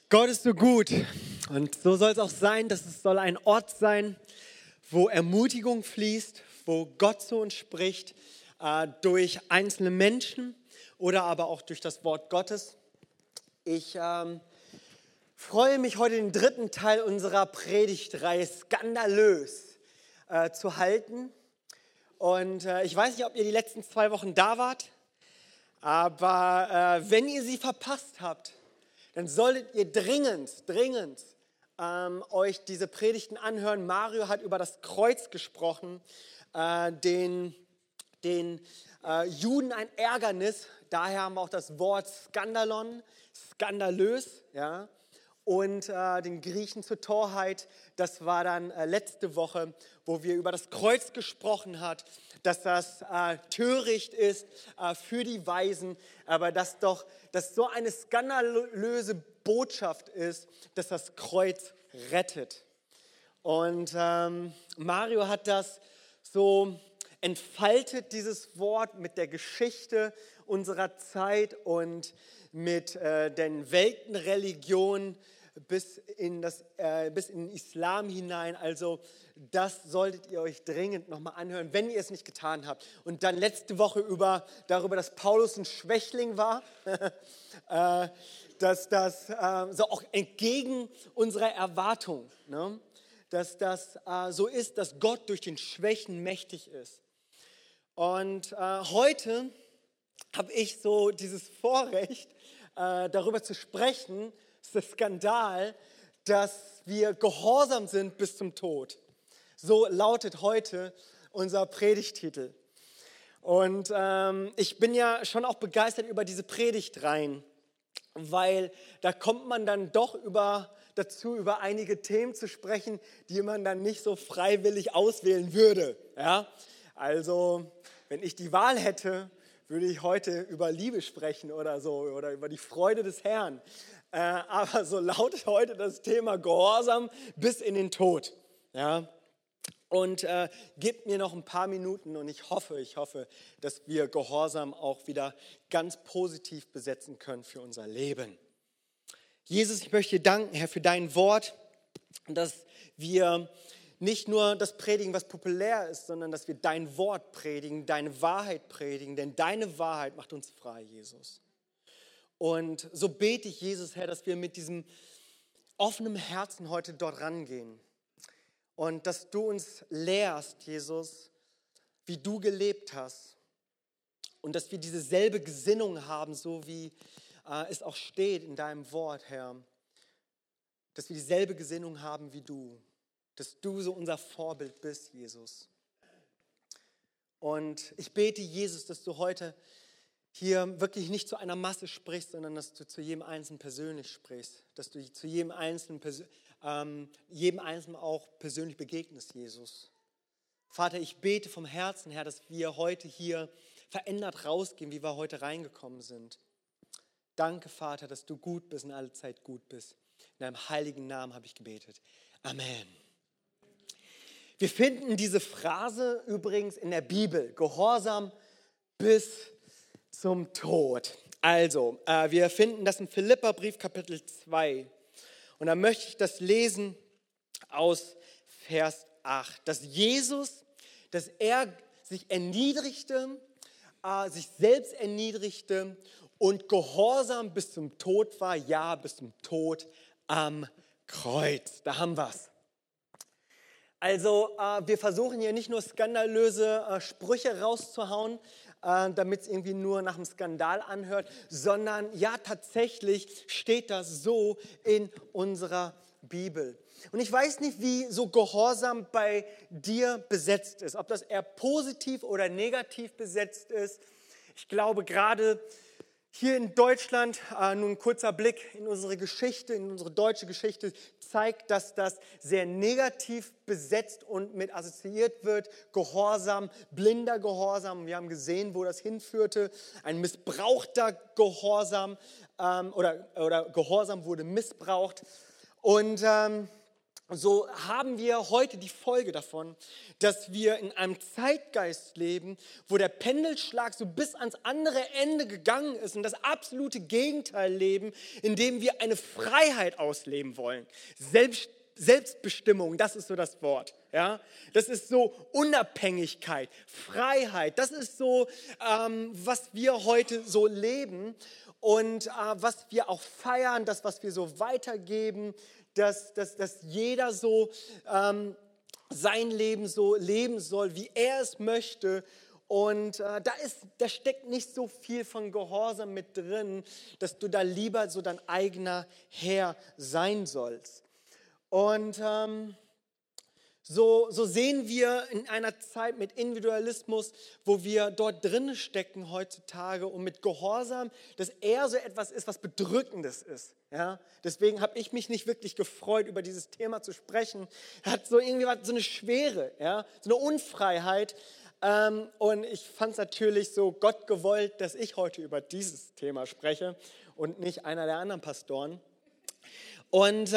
Gott ist so gut und so soll es auch sein, dass es soll ein Ort sein, wo Ermutigung fließt, wo Gott zu uns spricht, durch einzelne Menschen oder aber auch durch das Wort Gottes. Ich freue mich heute den dritten Teil unserer Predigtreihe Skandalös zu halten. Und ich weiß nicht, ob ihr die letzten 2 Wochen da wart, aber wenn ihr sie verpasst habt, dann solltet ihr dringend euch diese Predigten anhören. Mario hat über das Kreuz gesprochen, den Juden ein Ärgernis. Daher haben wir auch das Wort Skandalon, skandalös, ja. Und den Griechen zur Torheit, das war dann letzte Woche, wo wir über das Kreuz gesprochen haben, dass das töricht ist für die Weisen, aber dass so eine skandalöse Botschaft ist, dass das Kreuz rettet. Und Mario hat das so entfaltet, dieses Wort, mit der Geschichte unserer Zeit und mit den Weltenreligionen bis in den Islam hinein. Also das solltet ihr euch dringend nochmal anhören, wenn ihr es nicht getan habt. Und dann letzte Woche darüber, dass Paulus ein Schwächling war, dass das so auch entgegen unserer Erwartung, ne? Dass das so ist, dass Gott durch den Schwächen mächtig ist. Und heute habe ich so dieses Vorrecht, darüber zu sprechen, ist der Skandal, dass wir gehorsam sind bis zum Tod. So lautet heute unser Predigttitel. Und ich bin ja schon auch begeistert über diese Predigtreihen, weil da kommt man dann doch dazu, über einige Themen zu sprechen, die man dann nicht so freiwillig auswählen würde. Ja? Also, wenn ich die Wahl hätte, würde ich heute über Liebe sprechen oder so oder über die Freude des Herrn. Aber so lautet heute das Thema Gehorsam bis in den Tod. Ja? Und gebt mir noch ein paar Minuten und ich hoffe, dass wir Gehorsam auch wieder ganz positiv besetzen können für unser Leben. Jesus, ich möchte dir danken, Herr, für dein Wort, dass wir nicht nur das predigen, was populär ist, sondern dass wir dein Wort predigen, deine Wahrheit predigen, denn deine Wahrheit macht uns frei, Jesus. Und so bete ich, Jesus, Herr, dass wir mit diesem offenen Herzen heute dort rangehen und dass du uns lehrst, Jesus, wie du gelebt hast und dass wir dieselbe Gesinnung haben, so wie es auch steht in deinem Wort, Herr, dass wir dieselbe Gesinnung haben wie du. Dass du so unser Vorbild bist, Jesus. Und ich bete, Jesus, dass du heute hier wirklich nicht zu einer Masse sprichst, sondern dass du zu jedem Einzelnen persönlich sprichst. Dass du zu jedem Einzelnen auch persönlich begegnest, Jesus. Vater, ich bete vom Herzen her, dass wir heute hier verändert rausgehen, wie wir heute reingekommen sind. Danke, Vater, dass du gut bist und alle Zeit gut bist. In deinem heiligen Namen habe ich gebetet. Amen. Wir finden diese Phrase übrigens in der Bibel, Gehorsam bis zum Tod. Also, wir finden das im Philipperbrief Kapitel 2. Und da möchte ich das lesen aus Vers 8. Dass er sich erniedrigte, sich selbst erniedrigte und gehorsam bis zum Tod war, ja, bis zum Tod am Kreuz. Da haben wir es. Also wir versuchen hier nicht nur skandalöse Sprüche rauszuhauen, damit es irgendwie nur nach einem Skandal anhört, sondern ja, tatsächlich steht das so in unserer Bibel. Und ich weiß nicht, wie so Gehorsam bei dir besetzt ist, ob das eher positiv oder negativ besetzt ist. Ich glaube gerade hier in Deutschland, nun ein kurzer Blick in unsere Geschichte, in unsere deutsche Geschichte, zeigt, dass das sehr negativ besetzt und mit assoziiert wird. Gehorsam, blinder Gehorsam. Wir haben gesehen, wo das hinführte. Ein missbrauchter Gehorsam oder Gehorsam wurde missbraucht. Und so haben wir heute die Folge davon, dass wir in einem Zeitgeist leben, wo der Pendelschlag so bis ans andere Ende gegangen ist und das absolute Gegenteil leben, in dem wir eine Freiheit ausleben wollen. Selbstbestimmung, das ist so das Wort. Ja? Das ist so Unabhängigkeit, Freiheit, das ist so, was wir heute so leben und was wir auch feiern, das, was wir so weitergeben, dass jeder so sein Leben so leben soll, wie er es möchte. Und da steckt nicht so viel von Gehorsam mit drin, dass du da lieber so dein eigener Herr sein sollst. Und so sehen wir in einer Zeit mit Individualismus, wo wir dort drin stecken heutzutage und mit Gehorsam, dass eher so etwas ist, was Bedrückendes ist. Ja? Deswegen habe ich mich nicht wirklich gefreut, über dieses Thema zu sprechen. Hat so irgendwie so eine Schwere, ja? So eine Unfreiheit. Und ich fand es natürlich so Gott gewollt, dass ich heute über dieses Thema spreche und nicht einer der anderen Pastoren. Und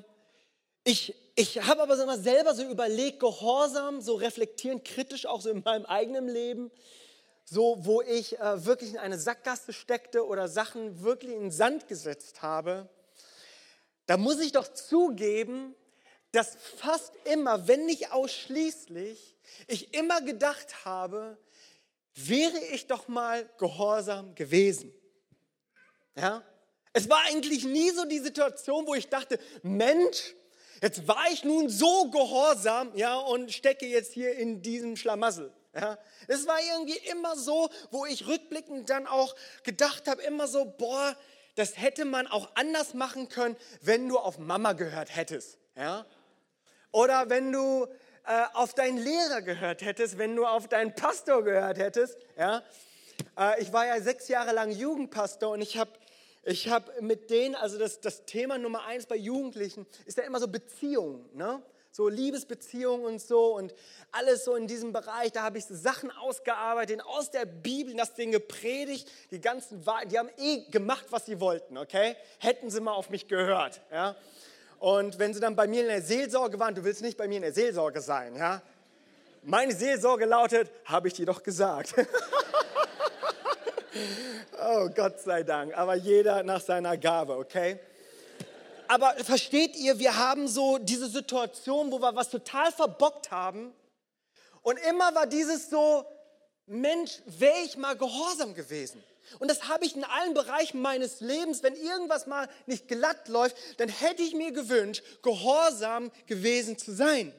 ich habe aber so immer selber so überlegt, Gehorsam, so reflektierend, kritisch auch so in meinem eigenen Leben, so wo ich wirklich in eine Sackgasse steckte oder Sachen wirklich in den Sand gesetzt habe. Da muss ich doch zugeben, dass fast immer, wenn nicht ausschließlich, ich immer gedacht habe, wäre ich doch mal gehorsam gewesen. Ja? Es war eigentlich nie so die Situation, wo ich dachte, Mensch, jetzt war ich nun so gehorsam, ja, und stecke jetzt hier in diesem Schlamassel. Ja. Es war irgendwie immer so, wo ich rückblickend dann auch gedacht habe, immer so, boah, das hätte man auch anders machen können, wenn du auf Mama gehört hättest. Ja. Oder wenn du auf deinen Lehrer gehört hättest, wenn du auf deinen Pastor gehört hättest. Ja. Ich war ja 6 Jahre lang Jugendpastor und ich habe mit denen, also das Thema Nummer 1 bei Jugendlichen ist ja immer so Beziehungen, ne? So Liebesbeziehungen und so und alles so in diesem Bereich. Da habe ich so Sachen ausgearbeitet, aus der Bibel, das Ding gepredigt. Die haben gemacht, was sie wollten, okay? Hätten sie mal auf mich gehört, ja? Und wenn sie dann bei mir in der Seelsorge waren, du willst nicht bei mir in der Seelsorge sein, ja? Meine Seelsorge lautet, habe ich dir doch gesagt. Oh, Gott sei Dank, aber jeder nach seiner Gabe, okay? Aber versteht ihr, wir haben so diese Situation, wo wir was total verbockt haben und immer war dieses so, Mensch, wäre ich mal gehorsam gewesen. Und das habe ich in allen Bereichen meines Lebens, wenn irgendwas mal nicht glatt läuft, dann hätte ich mir gewünscht, gehorsam gewesen zu sein.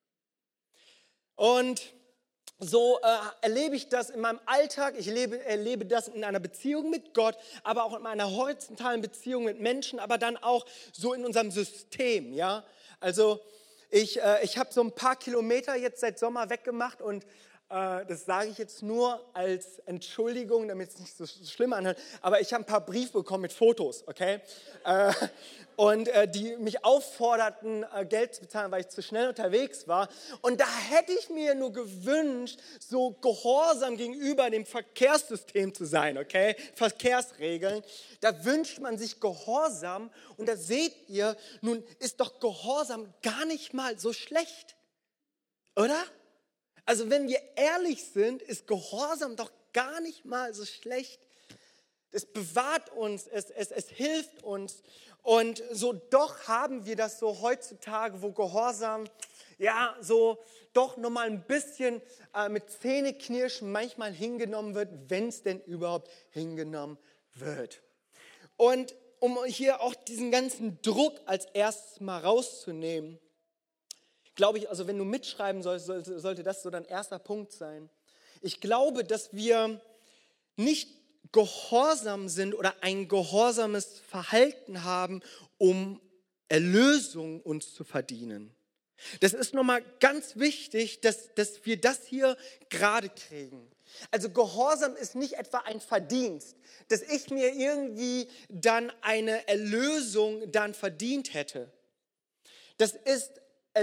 Und so erlebe ich das in meinem Alltag, ich erlebe das in einer Beziehung mit Gott, aber auch in meiner horizontalen Beziehung mit Menschen, aber dann auch so in unserem System. Ja? Also ich habe so ein paar Kilometer jetzt seit Sommer weggemacht und das sage ich jetzt nur als Entschuldigung, damit es nicht so schlimm anhört, aber ich habe ein paar Briefe bekommen mit Fotos, okay? Und die mich aufforderten, Geld zu bezahlen, weil ich zu schnell unterwegs war. Und da hätte ich mir nur gewünscht, so gehorsam gegenüber dem Verkehrssystem zu sein, okay? Verkehrsregeln. Da wünscht man sich Gehorsam und da seht ihr, nun ist doch Gehorsam gar nicht mal so schlecht, oder? Also wenn wir ehrlich sind, ist Gehorsam doch gar nicht mal so schlecht. Es bewahrt uns, es hilft uns. Und so doch haben wir das so heutzutage, wo Gehorsam ja so doch nochmal ein bisschen mit Zähneknirschen manchmal hingenommen wird, wenn es denn überhaupt hingenommen wird. Und um hier auch diesen ganzen Druck als erstes mal rauszunehmen, glaube ich, also wenn du mitschreiben sollst, sollte das so dein erster Punkt sein. Ich glaube, dass wir nicht gehorsam sind oder ein gehorsames Verhalten haben, um Erlösung uns zu verdienen. Das ist nochmal ganz wichtig, dass wir das hier gerade kriegen. Also Gehorsam ist nicht etwa ein Verdienst, dass ich mir irgendwie dann eine Erlösung dann verdient hätte. Das ist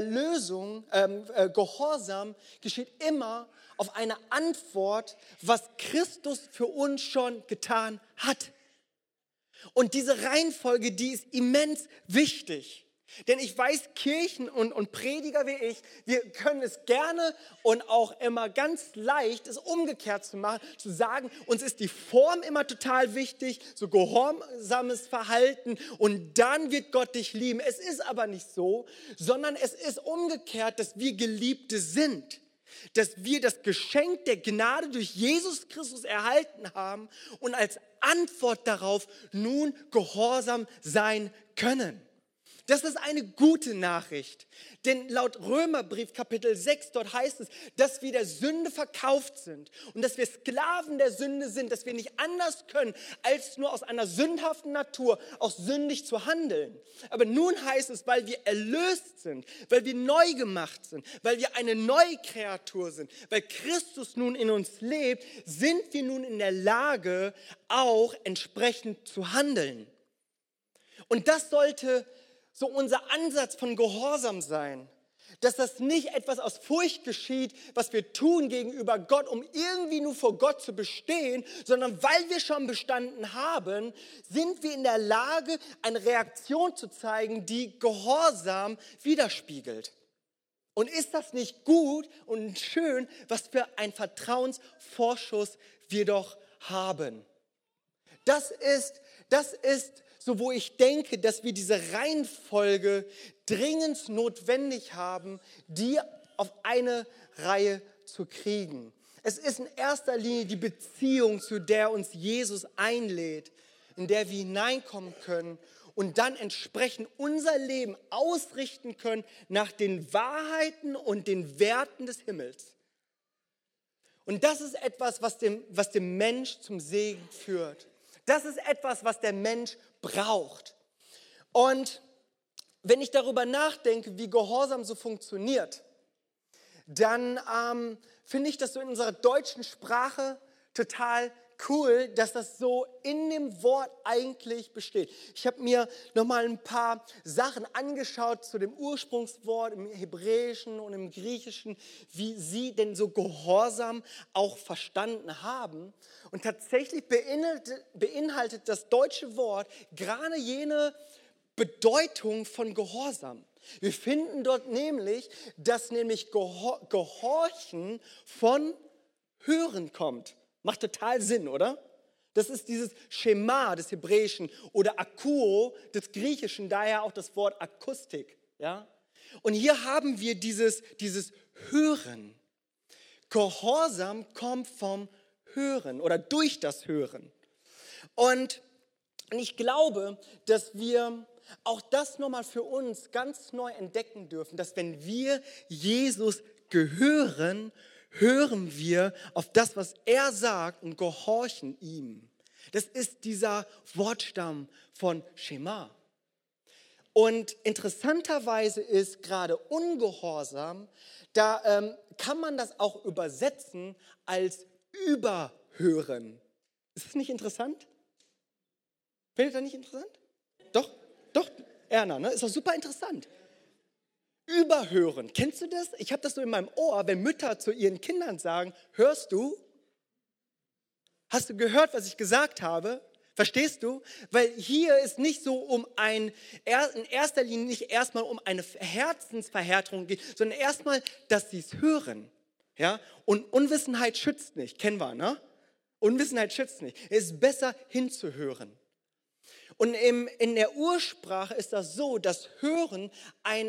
Gehorsam geschieht immer auf eine Antwort, was Christus für uns schon getan hat. Und diese Reihenfolge, die ist immens wichtig. Denn ich weiß, Kirchen und Prediger wie ich, wir können es gerne und auch immer ganz leicht, es umgekehrt zu machen, zu sagen, uns ist die Form immer total wichtig, so gehorsames Verhalten und dann wird Gott dich lieben. Es ist aber nicht so, sondern es ist umgekehrt, dass wir Geliebte sind. Dass wir das Geschenk der Gnade durch Jesus Christus erhalten haben und als Antwort darauf nun gehorsam sein können. Das ist eine gute Nachricht, denn laut Römerbrief Kapitel 6, dort heißt es, dass wir der Sünde verkauft sind und dass wir Sklaven der Sünde sind, dass wir nicht anders können, als nur aus einer sündhaften Natur auch sündig zu handeln. Aber nun heißt es, weil wir erlöst sind, weil wir neu gemacht sind, weil wir eine neue Kreatur sind, weil Christus nun in uns lebt, sind wir nun in der Lage, auch entsprechend zu handeln. Und das sollte so unser Ansatz von Gehorsam sein, dass das nicht etwas aus Furcht geschieht, was wir tun gegenüber Gott, um irgendwie nur vor Gott zu bestehen, sondern weil wir schon bestanden haben, sind wir in der Lage, eine Reaktion zu zeigen, die Gehorsam widerspiegelt. Und ist das nicht gut und schön, was für ein Vertrauensvorschuss wir doch haben? Das ist so, wo ich denke, dass wir diese Reihenfolge dringend notwendig haben, die auf eine Reihe zu kriegen. Es ist in erster Linie die Beziehung, zu der uns Jesus einlädt, in der wir hineinkommen können und dann entsprechend unser Leben ausrichten können nach den Wahrheiten und den Werten des Himmels. Und das ist etwas, was dem Mensch zum Segen führt. Das ist etwas, was der Mensch braucht. Und wenn ich darüber nachdenke, wie Gehorsam so funktioniert, dann finde ich das so in unserer deutschen Sprache total cool, dass das so in dem Wort eigentlich besteht. Ich habe mir nochmal ein paar Sachen angeschaut zu dem Ursprungswort im Hebräischen und im Griechischen, wie sie denn so Gehorsam auch verstanden haben. Und tatsächlich beinhaltet das deutsche Wort gerade jene Bedeutung von Gehorsam. Wir finden dort nämlich, dass Gehorchen von Hören kommt. Macht total Sinn, oder? Das ist dieses Schema des Hebräischen oder Akuo des Griechischen, daher auch das Wort Akustik. Ja? Und hier haben wir dieses Hören. Gehorsam kommt vom Hören oder durch das Hören. Und ich glaube, dass wir auch das nochmal für uns ganz neu entdecken dürfen, dass wenn wir Jesus gehören, hören wir auf das, was er sagt und gehorchen ihm. Das ist dieser Wortstamm von Schema. Und interessanterweise ist gerade Ungehorsam, da kann man das auch übersetzen als Überhören. Ist das nicht interessant? Findet ihr das nicht interessant? Doch, Erna, ne? Ist doch super interessant. Überhören. Kennst du das? Ich habe das so in meinem Ohr, wenn Mütter zu ihren Kindern sagen, hörst du? Hast du gehört, was ich gesagt habe? Verstehst du? Weil hier ist nicht so in erster Linie nicht erstmal um eine Herzensverhärtung geht, sondern erstmal, dass sie es hören. Ja? Und Unwissenheit schützt nicht, kennen wir, ne? Unwissenheit schützt nicht. Es ist besser hinzuhören. Und in der Ursprache ist das so, dass Hören einen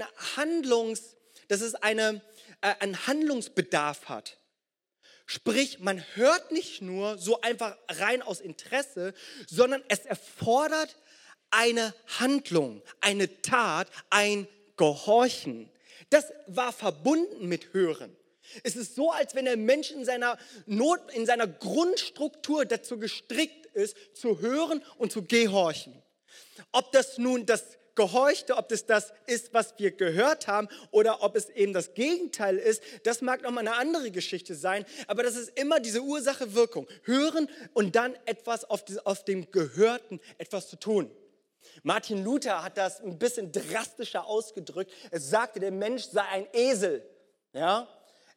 Handlungsbedarf hat. Sprich, man hört nicht nur so einfach rein aus Interesse, sondern es erfordert eine Handlung, eine Tat, ein Gehorchen. Das war verbunden mit Hören. Es ist so, als wenn der Mensch in seiner Grundstruktur dazu gestrickt ist, zu hören und zu gehorchen. Ob das nun das Gehorchte, ob das ist, was wir gehört haben, oder ob es eben das Gegenteil ist, das mag nochmal eine andere Geschichte sein, aber das ist immer diese Ursache-Wirkung. Hören und dann etwas auf dem Gehörten etwas zu tun. Martin Luther hat das ein bisschen drastischer ausgedrückt. Er sagte, der Mensch sei ein Esel. Ja?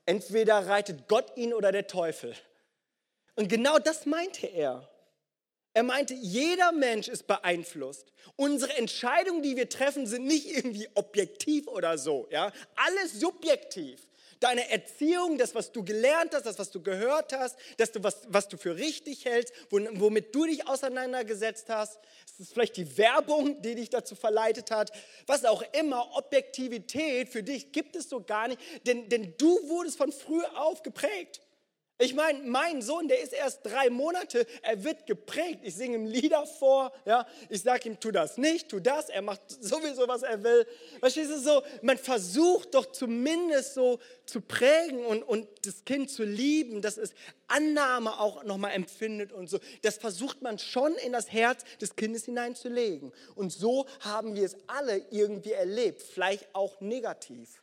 Entweder reitet Gott ihn oder der Teufel. Und genau das meinte er. Er meinte, jeder Mensch ist beeinflusst. Unsere Entscheidungen, die wir treffen, sind nicht irgendwie objektiv oder so. Ja? Alles subjektiv. Deine Erziehung, das, was du gelernt hast, das, was du gehört hast, was du für richtig hältst, womit du dich auseinandergesetzt hast. Es ist vielleicht die Werbung, die dich dazu verleitet hat. Was auch immer, Objektivität für dich gibt es so gar nicht, denn du wurdest von früh auf geprägt. Ich meine, mein Sohn, der ist erst 3 Monate, er wird geprägt. Ich singe ihm Lieder vor, ja? Ich sage ihm, tu das nicht, tu das, er macht sowieso, was er will. Verstehst du so? Man versucht doch zumindest so zu prägen und das Kind zu lieben, dass es Annahme auch nochmal empfindet und so. Das versucht man schon in das Herz des Kindes hineinzulegen. Und so haben wir es alle irgendwie erlebt, vielleicht auch negativ.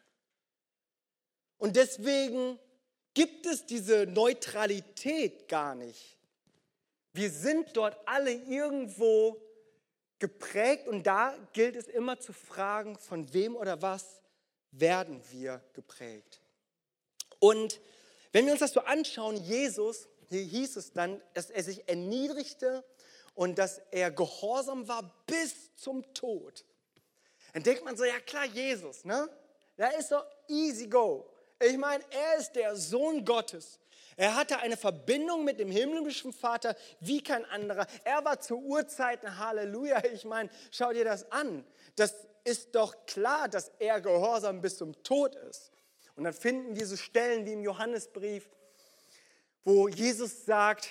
Und deswegen gibt es diese Neutralität gar nicht. Wir sind dort alle irgendwo geprägt und da gilt es immer zu fragen, von wem oder was werden wir geprägt. Und wenn wir uns das so anschauen, Jesus, hier hieß es dann, dass er sich erniedrigte und dass er gehorsam war bis zum Tod. Dann denkt man so, ja klar, Jesus, ne? Da ist so easy go. Ich meine, er ist der Sohn Gottes. Er hatte eine Verbindung mit dem himmlischen Vater wie kein anderer. Er war zu Urzeiten, Halleluja, ich meine, schau dir das an. Das ist doch klar, dass er gehorsam bis zum Tod ist. Und dann finden wir so Stellen wie im Johannesbrief, wo Jesus sagt,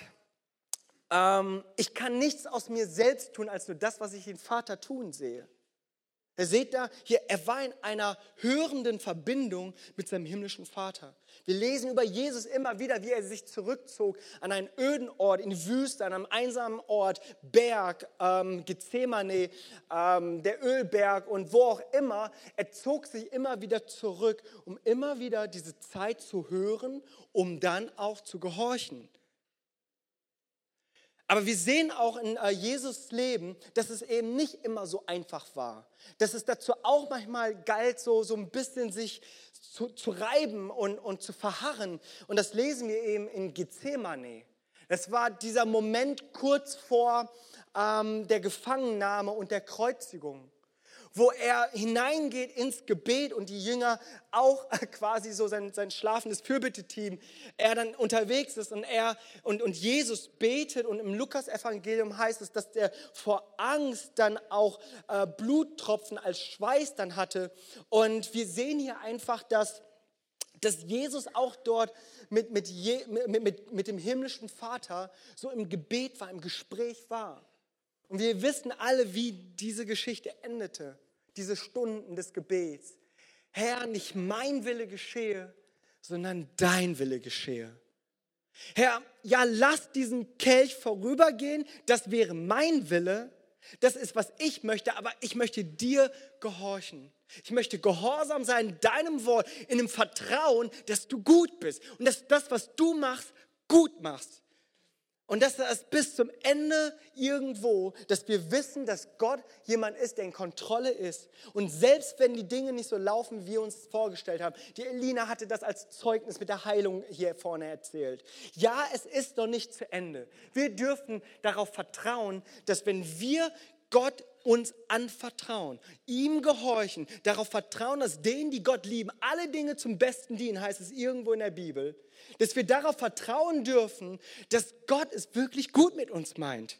ich kann nichts aus mir selbst tun, als nur das, was ich den Vater tun sehe. Ihr seht da, hier, er war in einer hörenden Verbindung mit seinem himmlischen Vater. Wir lesen über Jesus immer wieder, wie er sich zurückzog an einen öden Ort, in die Wüste, an einem einsamen Ort, Berg, Gethsemane, der Ölberg und wo auch immer. Er zog sich immer wieder zurück, um immer wieder diese Zeit zu hören, um dann auch zu gehorchen. Aber wir sehen auch in Jesus' Leben, dass es eben nicht immer so einfach war. Dass es dazu auch manchmal galt, so ein bisschen sich zu reiben und zu verharren. Und das lesen wir eben in Gethsemane. Das war dieser Moment kurz vor der Gefangennahme und der Kreuzigung, wo er hineingeht ins Gebet und die Jünger auch quasi so sein schlafendes Fürbitteteam, er dann unterwegs ist und Jesus betet und im Lukas-Evangelium heißt es, dass der vor Angst dann auch Bluttropfen als Schweiß dann hatte und wir sehen hier einfach, dass Jesus auch dort mit dem himmlischen Vater so im Gebet war, im Gespräch war. Und wir wissen alle, wie diese Geschichte endete, diese Stunden des Gebets. Herr, nicht mein Wille geschehe, sondern dein Wille geschehe. Herr, ja, lass diesen Kelch vorübergehen, das wäre mein Wille, das ist, was ich möchte, aber ich möchte dir gehorchen. Ich möchte gehorsam sein deinem Wort, in dem Vertrauen, dass du gut bist und dass das, was du machst, gut machst. Und dass das bis zum Ende irgendwo, dass wir wissen, dass Gott jemand ist, der in Kontrolle ist. Und selbst wenn die Dinge nicht so laufen, wie wir uns vorgestellt haben. Die Elina hatte das als Zeugnis mit der Heilung hier vorne erzählt. Ja, es ist noch nicht zu Ende. Wir dürfen darauf vertrauen, dass wenn wir Gott uns anvertrauen, ihm gehorchen, darauf vertrauen, dass denen, die Gott lieben, alle Dinge zum Besten dienen, heißt es irgendwo in der Bibel, dass wir darauf vertrauen dürfen, dass Gott es wirklich gut mit uns meint.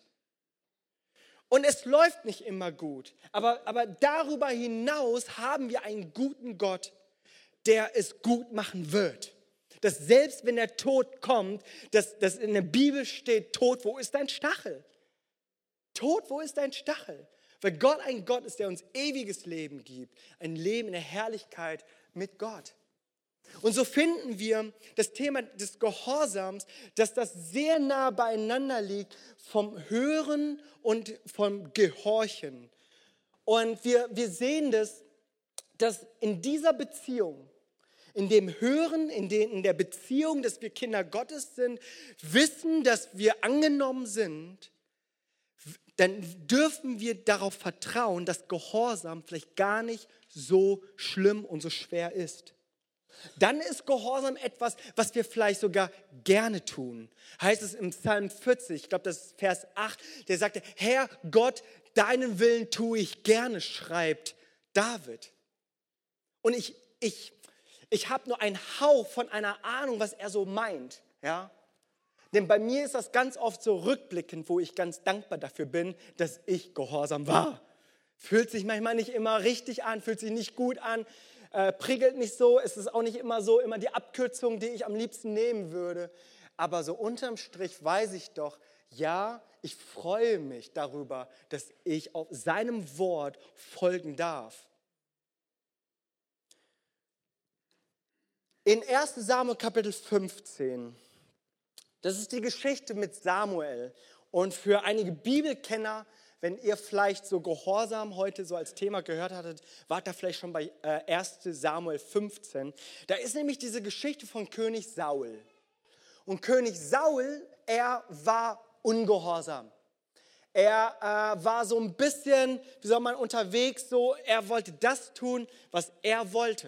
Und es läuft nicht immer gut, aber darüber hinaus haben wir einen guten Gott, der es gut machen wird. Dass selbst wenn der Tod kommt, dass in der Bibel steht, Tod, wo ist dein Stachel? Tod, wo ist dein Stachel? Weil Gott ein Gott ist, der uns ewiges Leben gibt. Ein Leben in der Herrlichkeit mit Gott. Und so finden wir das Thema des Gehorsams, dass das sehr nah beieinander liegt vom Hören und vom Gehorchen. Und wir sehen das, dass in dieser Beziehung, in dem Hören, in der Beziehung, dass wir Kinder Gottes sind, wissen, dass wir angenommen sind, dann dürfen wir darauf vertrauen, dass Gehorsam vielleicht gar nicht so schlimm und so schwer ist. Dann ist Gehorsam etwas, was wir vielleicht sogar gerne tun. Heißt es im Psalm 40, ich glaube, das ist Vers 8, der sagte, Herr Gott, deinen Willen tue ich gerne, schreibt David. Und ich habe nur einen Hauch von einer Ahnung, was er so meint. Ja? Denn bei mir ist das ganz oft so rückblickend, wo ich ganz dankbar dafür bin, dass ich gehorsam war. Fühlt sich manchmal nicht immer richtig an, fühlt sich nicht gut an, prickelt nicht so, es ist auch nicht immer so, immer die Abkürzung, die ich am liebsten nehmen würde. Aber so unterm Strich weiß ich doch, ja, ich freue mich darüber, dass ich auf seinem Wort folgen darf. In 1. Samuel Kapitel 15, das ist die Geschichte mit Samuel. Und für einige Bibelkenner, wenn ihr vielleicht so Gehorsam heute so als Thema gehört hattet, wart da vielleicht schon bei 1. Samuel 15. Da ist nämlich diese Geschichte von König Saul. Und König Saul, er war ungehorsam. Er war so ein bisschen, wie soll man unterwegs so, er wollte das tun, was er wollte.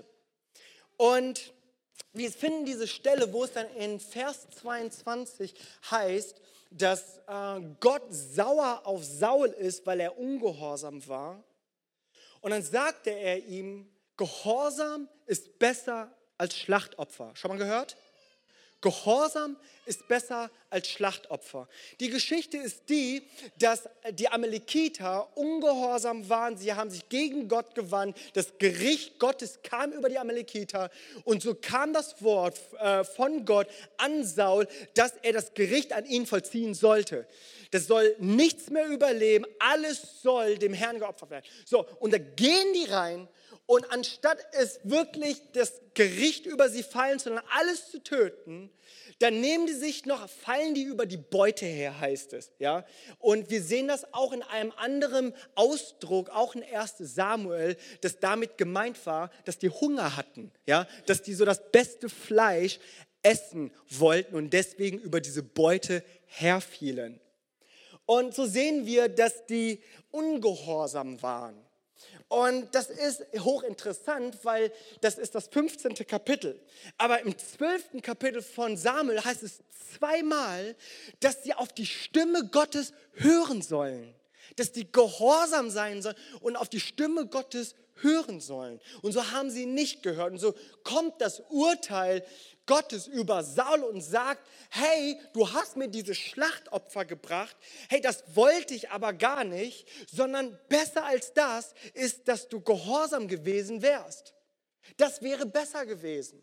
Und wir finden diese Stelle, wo es dann in Vers 22 heißt, dass Gott sauer auf Saul ist, weil er ungehorsam war. Und dann sagte er ihm, Gehorsam ist besser als Schlachtopfer. Schon mal gehört? Gehorsam ist besser als Schlachtopfer. Die Geschichte ist die, dass die Amalekiter ungehorsam waren. Sie haben sich gegen Gott gewandt. Das Gericht Gottes kam über die Amalekiter. Und so kam das Wort von Gott an Saul, dass er das Gericht an ihn vollziehen sollte. Das soll nichts mehr überleben. Alles soll dem Herrn geopfert werden. So, und da gehen die rein. Und anstatt es wirklich das Gericht über sie fallen, sondern alles zu töten, dann nehmen die sich noch, fallen die über die Beute her, heißt es. Ja? Und wir sehen das auch in einem anderen Ausdruck, auch in 1. Samuel, dass damit gemeint war, dass die Hunger hatten, ja? Dass die so das beste Fleisch essen wollten und deswegen über diese Beute herfielen. Und so sehen wir, dass die ungehorsam waren. Und das ist hochinteressant, weil das ist das 15. Kapitel. Aber im 12. Kapitel von Samuel heißt es zweimal, dass sie auf die Stimme Gottes hören sollen. Dass die gehorsam sein sollen und auf die Stimme Gottes hören sollen. Und so haben sie nicht gehört. Und so kommt das Urteil Gottes über Saul und sagt, hey, du hast mir diese Schlachtopfer gebracht, hey, das wollte ich aber gar nicht, sondern besser als das ist, dass du gehorsam gewesen wärst. Das wäre besser gewesen.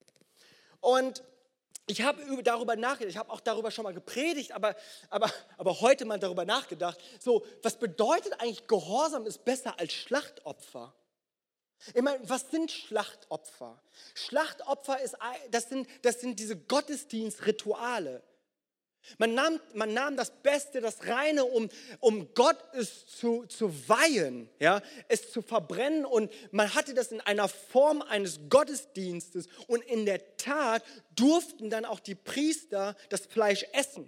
Und ich habe darüber nachgedacht, ich habe auch darüber schon mal gepredigt, aber heute mal darüber nachgedacht, so, was bedeutet eigentlich Gehorsam ist besser als Schlachtopfer? Ich meine, was sind Schlachtopfer? Schlachtopfer das sind diese Gottesdienstrituale. Man nahm das Beste, das Reine, um Gott es zu weihen, ja, es zu verbrennen. Und man hatte das in einer Form eines Gottesdienstes. Und in der Tat durften dann auch die Priester das Fleisch essen.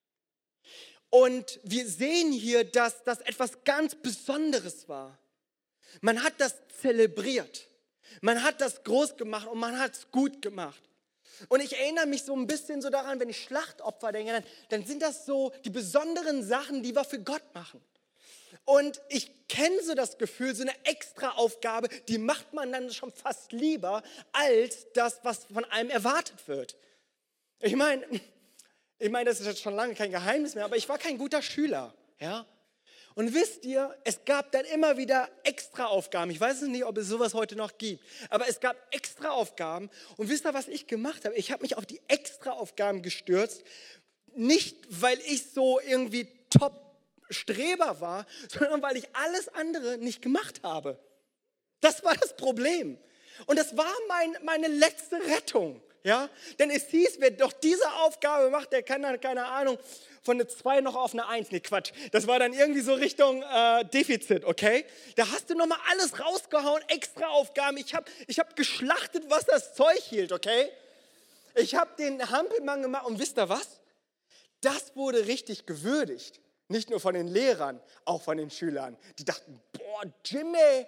Und wir sehen hier, dass das etwas ganz Besonderes war. Man hat das zelebriert, man hat das groß gemacht und man hat es gut gemacht. Und ich erinnere mich so ein bisschen so daran, wenn ich Schlachtopfer denke, dann sind das so die besonderen Sachen, die wir für Gott machen. Und ich kenne so das Gefühl, so eine Extraaufgabe, die macht man dann schon fast lieber, als das, was von einem erwartet wird. Ich meine, das ist jetzt schon lange kein Geheimnis mehr, aber ich war kein guter Schüler, ja. Und wisst ihr, es gab dann immer wieder Extraaufgaben. Ich weiß nicht, ob es sowas heute noch gibt, aber es gab Extraaufgaben. Und wisst ihr, was ich gemacht habe? Ich habe mich auf die Extraaufgaben gestürzt, nicht weil ich so irgendwie Top-Streber war, sondern weil ich alles andere nicht gemacht habe. Das war das Problem. Und das war meine letzte Rettung. Ja? Denn es hieß, wer doch diese Aufgabe macht, der kann dann, keine Ahnung, von einer 2 noch auf eine 1. Nee, Quatsch. Das war dann irgendwie so Richtung Defizit, okay? Da hast du nochmal alles rausgehauen, extra Aufgaben. Ich hab geschlachtet, was das Zeug hielt, okay? Ich habe den Hampelmann gemacht und wisst ihr was? Das wurde richtig gewürdigt. Nicht nur von den Lehrern, auch von den Schülern. Die dachten, boah, Jimmy,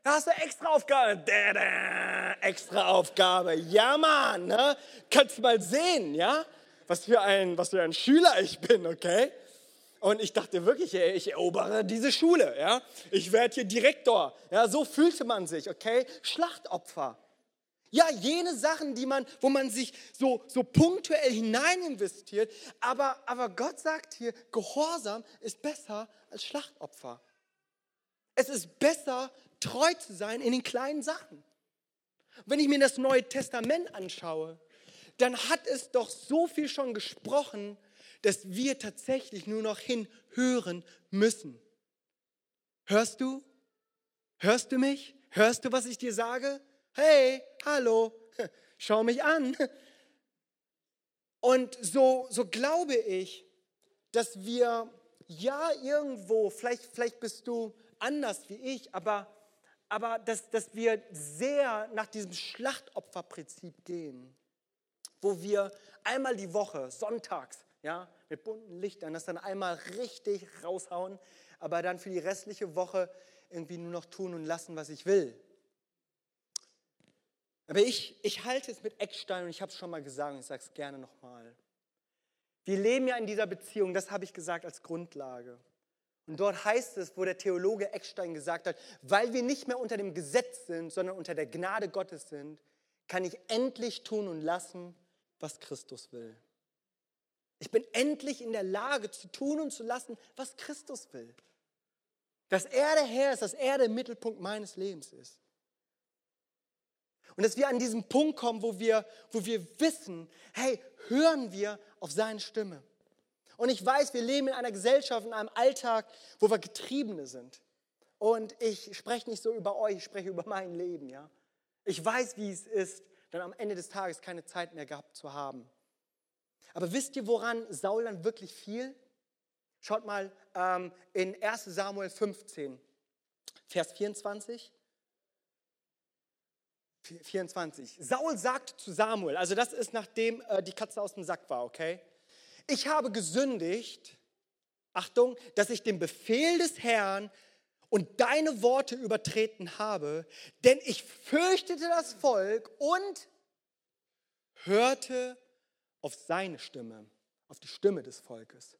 Da hast du extra Aufgabe. Extra Aufgabe. Ja, Mann, ne? Kannst mal sehen, ja? Was für ein Schüler ich bin, okay? Und ich dachte wirklich, ich erobere diese Schule, ja? Ich werde hier Direktor. Ja, so fühlte man sich, okay? Schlachtopfer. Ja, jene Sachen, wo man sich so punktuell hinein investiert. Aber Gott sagt hier, Gehorsam ist besser als Schlachtopfer. Es ist besser, treu zu sein in den kleinen Sachen. Wenn ich mir das Neue Testament anschaue, dann hat es doch so viel schon gesprochen, dass wir tatsächlich nur noch hinhören müssen. Hörst du? Hörst du mich? Hörst du, was ich dir sage? Hey, hallo, schau mich an. Und so glaube ich, dass wir ja irgendwo, vielleicht bist du anders wie ich, aber dass wir sehr nach diesem Schlachtopferprinzip gehen, wo wir einmal die Woche, sonntags, ja, mit bunten Lichtern, das dann einmal richtig raushauen, aber dann für die restliche Woche irgendwie nur noch tun und lassen, was ich will. Aber ich halte es mit Eckstein und ich habe es schon mal gesagt und ich sage es gerne nochmal. Wir leben ja in dieser Beziehung, das habe ich gesagt, als Grundlage. Und dort heißt es, wo der Theologe Eckstein gesagt hat, weil wir nicht mehr unter dem Gesetz sind, sondern unter der Gnade Gottes sind, kann ich endlich tun und lassen, was Christus will. Ich bin endlich in der Lage zu tun und zu lassen, was Christus will. Dass er der Herr ist, dass er der Mittelpunkt meines Lebens ist. Und dass wir an diesen Punkt kommen, wo wir wissen, hey, hören wir auf seine Stimme. Und ich weiß, wir leben in einer Gesellschaft, in einem Alltag, wo wir Getriebene sind. Und ich spreche nicht so über euch, ich spreche über mein Leben. Ja? Ich weiß, wie es ist, dann am Ende des Tages keine Zeit mehr gehabt zu haben. Aber wisst ihr, woran Saul dann wirklich fiel? Schaut mal in 1 Samuel 15, Vers 24. 24. Saul sagt zu Samuel, also das ist nachdem die Katze aus dem Sack war, okay? Ich habe gesündigt, Achtung, dass ich den Befehl des Herrn und deine Worte übertreten habe, denn ich fürchtete das Volk und hörte auf seine Stimme, auf die Stimme des Volkes.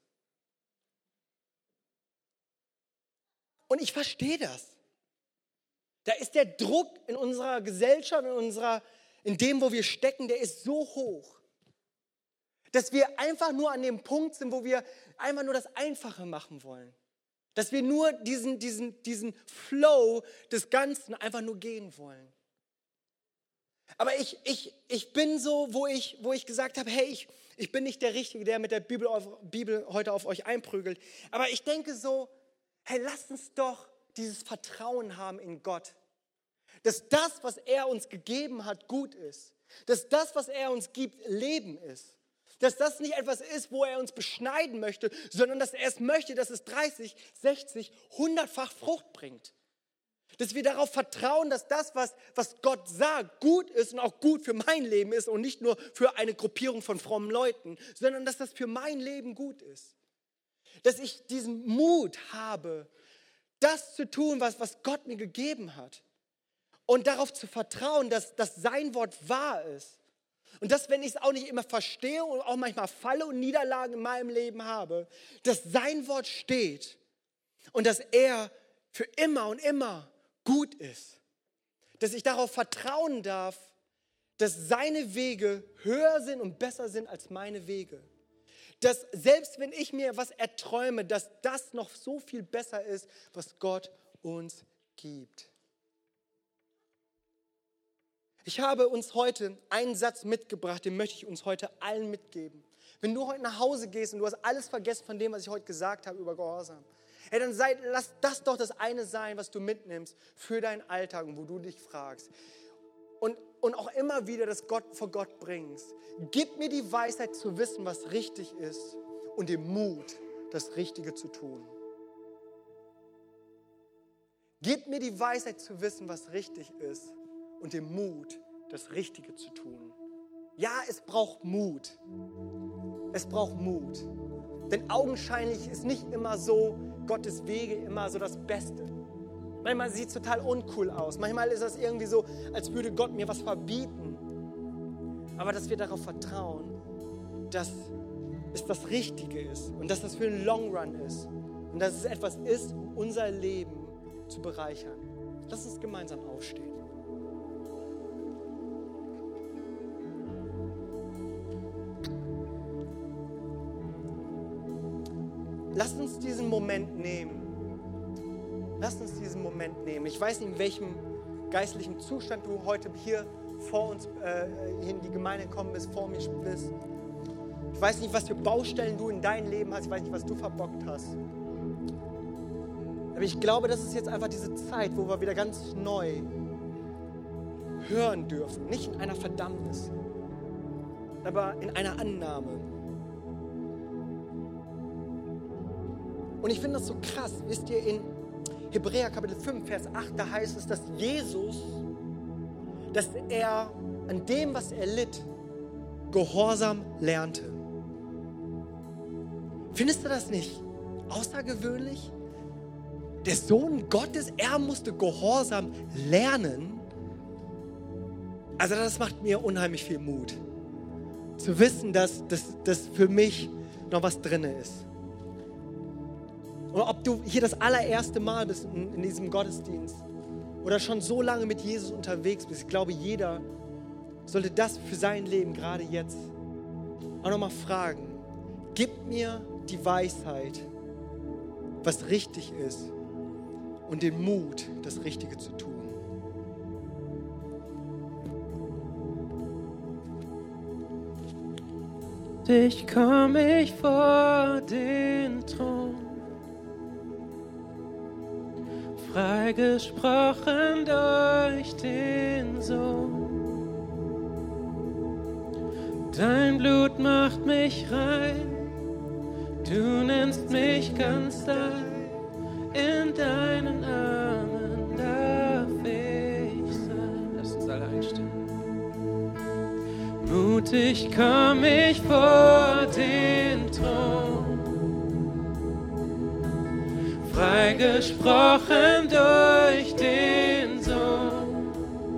Und ich verstehe das. Da ist der Druck in unserer Gesellschaft, in dem, wo wir stecken, der ist so hoch, dass wir einfach nur an dem Punkt sind, wo wir einfach nur das Einfache machen wollen. Dass wir nur diesen Flow des Ganzen einfach nur gehen wollen. Aber ich bin so, wo ich gesagt habe, hey, ich bin nicht der Richtige, der mit der Bibel heute auf euch einprügelt. Aber ich denke so, hey, lasst uns doch dieses Vertrauen haben in Gott. Dass das, was er uns gegeben hat, gut ist. Dass das, was er uns gibt, Leben ist. Dass das nicht etwas ist, wo er uns beschneiden möchte, sondern dass er es möchte, dass es 30, 60, 100-fach Frucht bringt. Dass wir darauf vertrauen, dass das, was Gott sagt, gut ist und auch gut für mein Leben ist und nicht nur für eine Gruppierung von frommen Leuten, sondern dass das für mein Leben gut ist. Dass ich diesen Mut habe, das zu tun, was Gott mir gegeben hat. Und darauf zu vertrauen, dass sein Wort wahr ist. Und dass, wenn ich es auch nicht immer verstehe und auch manchmal falle und Niederlagen in meinem Leben habe, dass sein Wort steht und dass er für immer und immer gut ist. Dass ich darauf vertrauen darf, dass seine Wege höher sind und besser sind als meine Wege. Dass selbst wenn ich mir was erträume, dass das noch so viel besser ist, was Gott uns gibt. Ich habe uns heute einen Satz mitgebracht, den möchte ich uns heute allen mitgeben. Wenn du heute nach Hause gehst und du hast alles vergessen von dem, was ich heute gesagt habe über Gehorsam, hey, dann lass das doch das eine sein, was du mitnimmst für deinen Alltag und wo du dich fragst. Und auch immer wieder das vor Gott bringst. Gib mir die Weisheit zu wissen, was richtig ist und den Mut, das Richtige zu tun. Gib mir die Weisheit zu wissen, was richtig ist und den Mut, das Richtige zu tun. Ja, es braucht Mut. Es braucht Mut. Denn augenscheinlich ist nicht immer so Gottes Wege immer so das Beste. Manchmal sieht es total uncool aus. Manchmal ist das irgendwie so, als würde Gott mir was verbieten. Aber dass wir darauf vertrauen, dass es das Richtige ist und dass das für einen Long Run ist und dass es etwas ist, um unser Leben zu bereichern. Lass uns gemeinsam aufstehen. Lass uns diesen Moment nehmen. Lass uns diesen Moment nehmen. Ich weiß nicht, in welchem geistlichen Zustand du heute hier vor uns, hier in die Gemeinde gekommen bist, vor mir bist. Ich weiß nicht, was für Baustellen du in deinem Leben hast. Ich weiß nicht, was du verbockt hast. Aber ich glaube, das ist jetzt einfach diese Zeit, wo wir wieder ganz neu hören dürfen. Nicht in einer Verdammnis, aber in einer Annahme. Und ich finde das so krass. Wisst ihr, in Hebräer Kapitel 5, Vers 8, da heißt es, dass Jesus, dass er an dem, was er litt, Gehorsam lernte. Findest du das nicht außergewöhnlich? Der Sohn Gottes, er musste Gehorsam lernen. Also das macht mir unheimlich viel Mut. Zu wissen, dass für mich noch was drin ist. Und ob du hier das allererste Mal bist in diesem Gottesdienst oder schon so lange mit Jesus unterwegs bist, ich glaube, jeder sollte das für sein Leben gerade jetzt auch nochmal fragen. Gib mir die Weisheit, was richtig ist und den Mut, das Richtige zu tun. Dich komm ich vor den Thron, freigesprochen durch den Sohn. Dein Blut macht mich rein, du nennst mich ganz dein, in deinen Armen darf ich sein. Lass uns alle einstimmen. Mutig komm ich vor den Thron, freigesprochen durch den Sohn.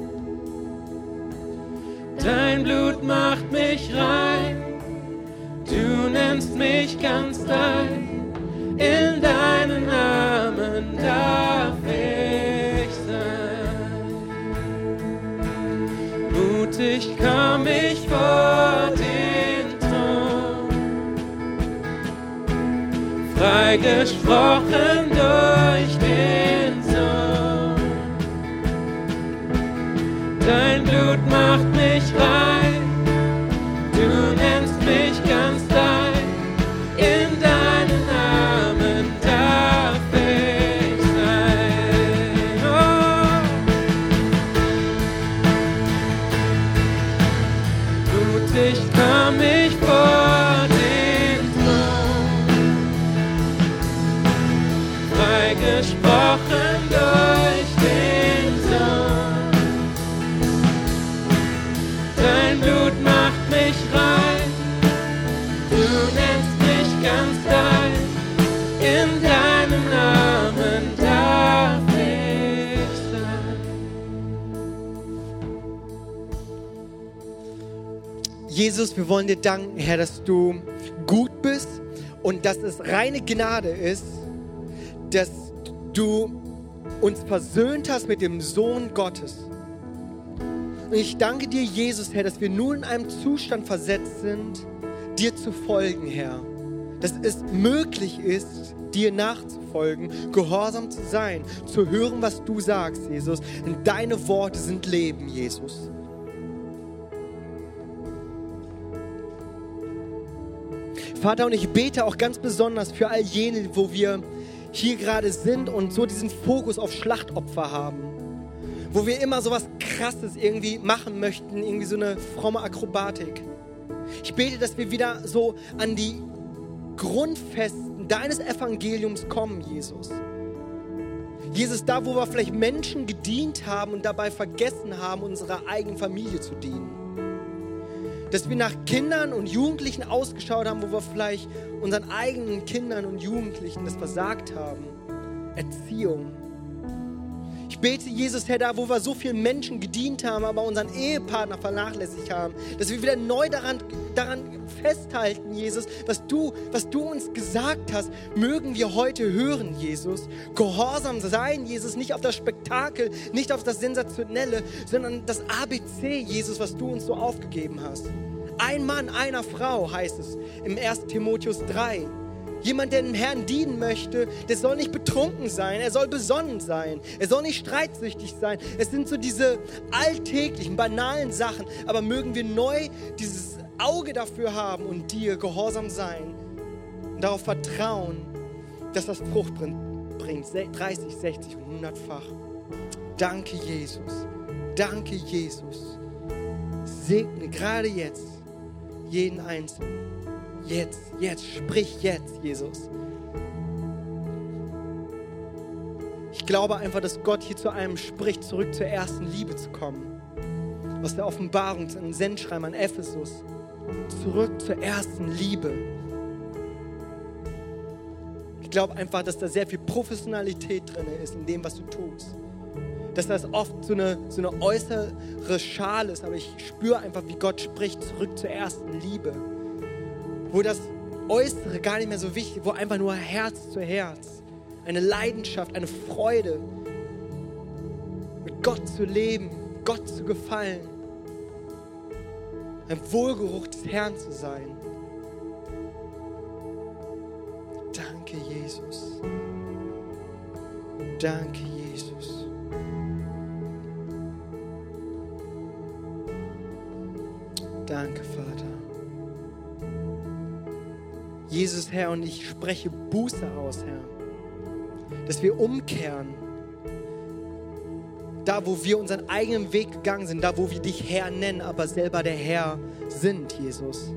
Dein Blut macht mich rein, du nennst mich ganz dein, in deinen Armen darf ich sein. Mutig komm ich vor den Thron, freigesprochen durch den Sohn. Dein Blut macht mich rein, du nennst mich ganz dein, in deinen Armen darf ich sein. Oh. Mutig komm ich vor den Thron, freigesprochen durch den Sohn. Dein Blut macht mich rein, du nennst mich ganz dein, in deinen Armen darf ich sein. Jesus, wir wollen dir danken, Herr, dass du gut bist und dass es reine Gnade ist, dass du uns versöhnt hast mit dem Sohn Gottes. Und ich danke dir, Jesus, Herr, dass wir nun in einem Zustand versetzt sind, dir zu folgen, Herr. Dass es möglich ist, dir nachzufolgen, gehorsam zu sein, zu hören, was du sagst, Jesus. Denn deine Worte sind Leben, Jesus. Vater, und ich bete auch ganz besonders für all jene, wo wir hier gerade sind und so diesen Fokus auf Schlachtopfer haben. Wo wir immer so was Krasses irgendwie machen möchten, irgendwie so eine fromme Akrobatik. Ich bete, dass wir wieder so an die Grundfesten deines Evangeliums kommen, Jesus. Jesus, da wo wir vielleicht Menschen gedient haben und dabei vergessen haben, unserer eigenen Familie zu dienen. Dass wir nach Kindern und Jugendlichen ausgeschaut haben, wo wir vielleicht unseren eigenen Kindern und Jugendlichen das versagt haben. Erziehung. Ich bete, Jesus, Herr, da wo wir so vielen Menschen gedient haben, aber unseren Ehepartner vernachlässigt haben, dass wir wieder neu daran festhalten, Jesus, was du uns gesagt hast, mögen wir heute hören, Jesus. Gehorsam sein, Jesus, nicht auf das Spektakel, nicht auf das Sensationelle, sondern das ABC, Jesus, was du uns so aufgegeben hast. Ein Mann, einer Frau, heißt es im 1. Timotheus 3. Jemand, der dem Herrn dienen möchte, der soll nicht betrunken sein, er soll besonnen sein, er soll nicht streitsüchtig sein. Es sind so diese alltäglichen, banalen Sachen, aber mögen wir neu dieses Auge dafür haben und dir gehorsam sein und darauf vertrauen, dass das Frucht bringt, 30, 60 und 100-fach. Danke, Jesus. Danke, Jesus. Segne gerade jetzt jeden Einzelnen. Jetzt, sprich jetzt, Jesus. Ich glaube einfach, dass Gott hier zu einem spricht, zurück zur ersten Liebe zu kommen. Aus der Offenbarung, zu einem Sendschreiben an Ephesus. Zurück zur ersten Liebe. Ich glaube einfach, dass da sehr viel Professionalität drin ist in dem, was du tust. Dass das oft so eine äußere Schale ist, aber ich spüre einfach, wie Gott spricht, zurück zur ersten Liebe. Wo das Äußere gar nicht mehr so wichtig ist, wo einfach nur Herz zu Herz, eine Leidenschaft, eine Freude, mit Gott zu leben, Gott zu gefallen, ein Wohlgeruch des Herrn zu sein. Danke, Jesus. Danke, Jesus. Danke, Vater. Jesus, Herr, und ich spreche Buße aus, Herr, dass wir umkehren, da wo wir unseren eigenen Weg gegangen sind, da wo wir dich Herr nennen, aber selber der Herr sind, Jesus.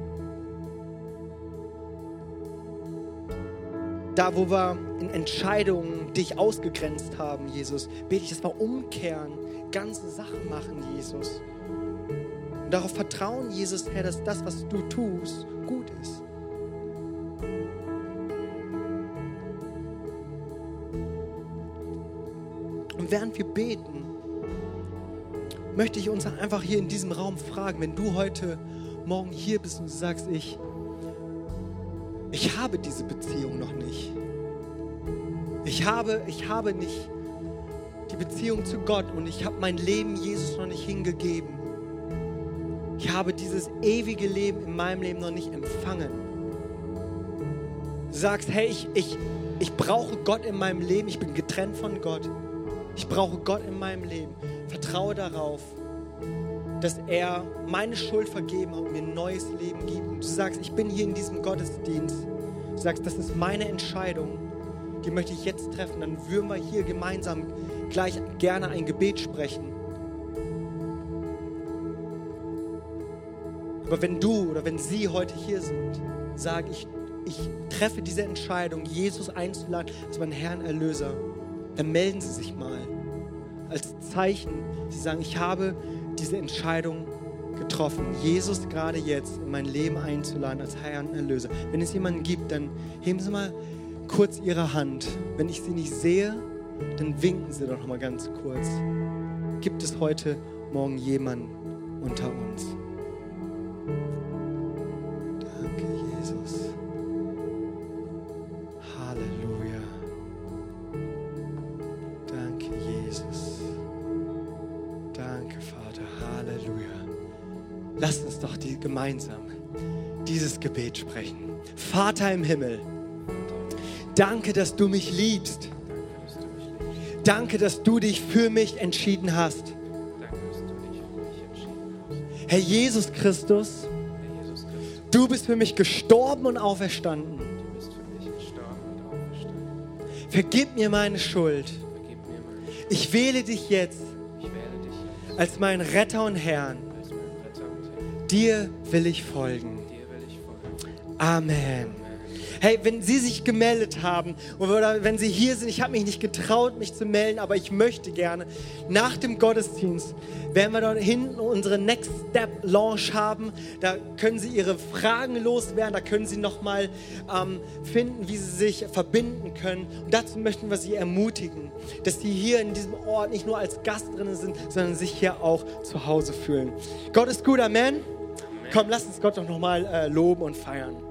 Da wo wir in Entscheidungen dich ausgegrenzt haben, Jesus, bete ich, dass wir umkehren, ganze Sachen machen, Jesus. Und darauf vertrauen, Jesus, Herr, dass das, was du tust, gut ist. Und während wir beten, möchte ich uns einfach hier in diesem Raum fragen, wenn du heute Morgen hier bist und du sagst, ich habe diese Beziehung noch nicht. Ich habe nicht die Beziehung zu Gott und ich habe mein Leben Jesus noch nicht hingegeben. Ich habe dieses ewige Leben in meinem Leben noch nicht empfangen. Du sagst, hey, ich brauche Gott in meinem Leben, ich bin getrennt von Gott. Ich brauche Gott in meinem Leben. Vertraue darauf, dass er meine Schuld vergeben hat und mir ein neues Leben gibt. Und du sagst, ich bin hier in diesem Gottesdienst. Du sagst, das ist meine Entscheidung. Die möchte ich jetzt treffen. Dann würden wir hier gemeinsam gleich gerne ein Gebet sprechen. Aber wenn du oder wenn sie heute hier sind, sage ich treffe diese Entscheidung, Jesus einzuladen als meinen Herrn Erlöser, dann melden Sie sich mal als Zeichen. Sie sagen, ich habe diese Entscheidung getroffen, Jesus gerade jetzt in mein Leben einzuladen als Herrn Erlöser. Wenn es jemanden gibt, dann heben Sie mal kurz Ihre Hand. Wenn ich Sie nicht sehe, dann winken Sie doch noch mal ganz kurz. Gibt es heute Morgen jemanden unter uns? Danke, Jesus. Halleluja. Danke, Jesus. Danke, Vater. Halleluja. Lasst uns doch gemeinsam dieses Gebet sprechen. Vater im Himmel, danke, dass du mich liebst. Danke, dass du dich für mich entschieden hast. Herr Jesus Christus, du bist für mich gestorben und auferstanden. Vergib mir meine Schuld. Ich wähle dich jetzt als meinen Retter und Herrn. Dir will ich folgen. Amen. Hey, wenn Sie sich gemeldet haben oder wenn Sie hier sind, ich habe mich nicht getraut, mich zu melden, aber ich möchte gerne, nach dem Gottesdienst werden wir dort hinten unsere Next Step Launch haben. Da können Sie Ihre Fragen loswerden, da können Sie nochmal finden, wie Sie sich verbinden können. Und dazu möchten wir Sie ermutigen, dass die hier in diesem Ort nicht nur als Gast drin sind, sondern sich hier auch zu Hause fühlen. Gott ist gut, Amen. Komm, lass uns Gott doch nochmal loben und feiern.